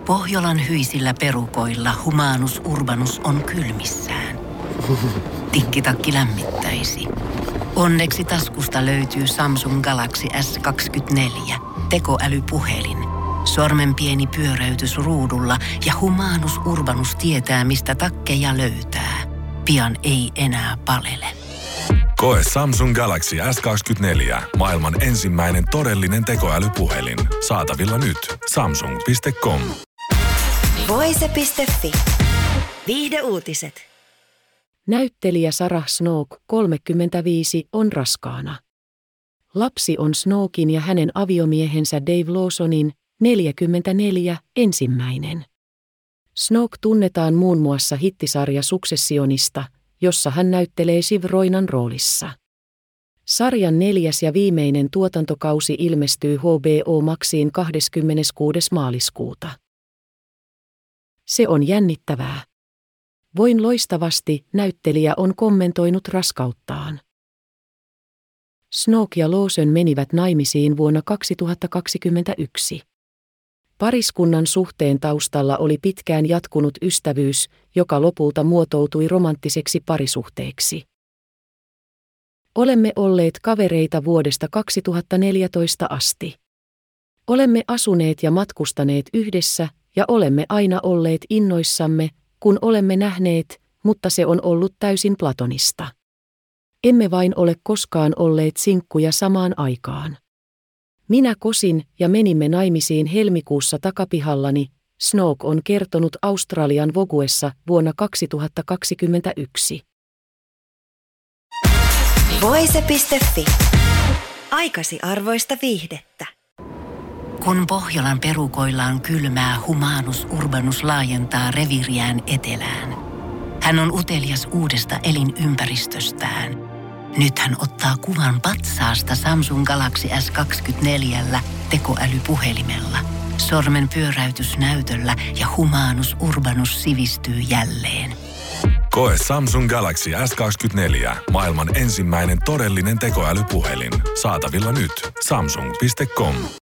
Pohjolan hyisillä perukoilla Humanus Urbanus on kylmissään. Tikkitakki lämmittäisi. Onneksi taskusta löytyy Samsung Galaxy S24, tekoälypuhelin. Sormen pieni pyöräytys ruudulla ja Humanus Urbanus tietää, mistä takkeja löytää. Pian ei enää palele. Koe Samsung Galaxy S24, maailman ensimmäinen todellinen tekoälypuhelin. Saatavilla nyt. Samsung.com. Voise.fi. Viihdeuutiset. Näyttelijä Sarah Snook, 35, on raskaana. Lapsi on Snookin ja hänen aviomiehensä Dave Lawsonin, 44, ensimmäinen. Snook tunnetaan muun muassa hittisarja Successionista, jossa hän näyttelee Shiv Roinan roolissa. Sarjan 4. ja viimeinen tuotantokausi ilmestyy HBO Maxiin 26. maaliskuuta. Se on jännittävää. Voin loistavasti, näyttelijä on kommentoinut raskauttaan. Snook ja Lawson menivät naimisiin vuonna 2021. Pariskunnan suhteen taustalla oli pitkään jatkunut ystävyys, joka lopulta muotoutui romanttiseksi parisuhteeksi. Olemme olleet kavereita vuodesta 2014 asti. Olemme asuneet ja matkustaneet yhdessä ja olemme aina olleet innoissamme, kun olemme nähneet, mutta se on ollut täysin platonista. Emme vain ole koskaan olleet sinkkuja samaan aikaan. Minä kosin ja menimme naimisiin helmikuussa takapihallani, Snook on kertonut Australian Voguessa vuonna 2021. Voise.fi. Aikasi arvoista viihdettä. Kun Pohjolan perukoilla on kylmää, Humanus Urbanus laajentaa reviiriään etelään. Hän on utelias uudesta elinympäristöstään. Nyt hän ottaa kuvan patsaasta Samsung Galaxy S24 tekoälypuhelimella. Sormen pyöräytys näytöllä ja Humanus Urbanus sivistyy jälleen. Koe Samsung Galaxy S24, maailman ensimmäinen todellinen tekoälypuhelin. Saatavilla nyt. Samsung.com.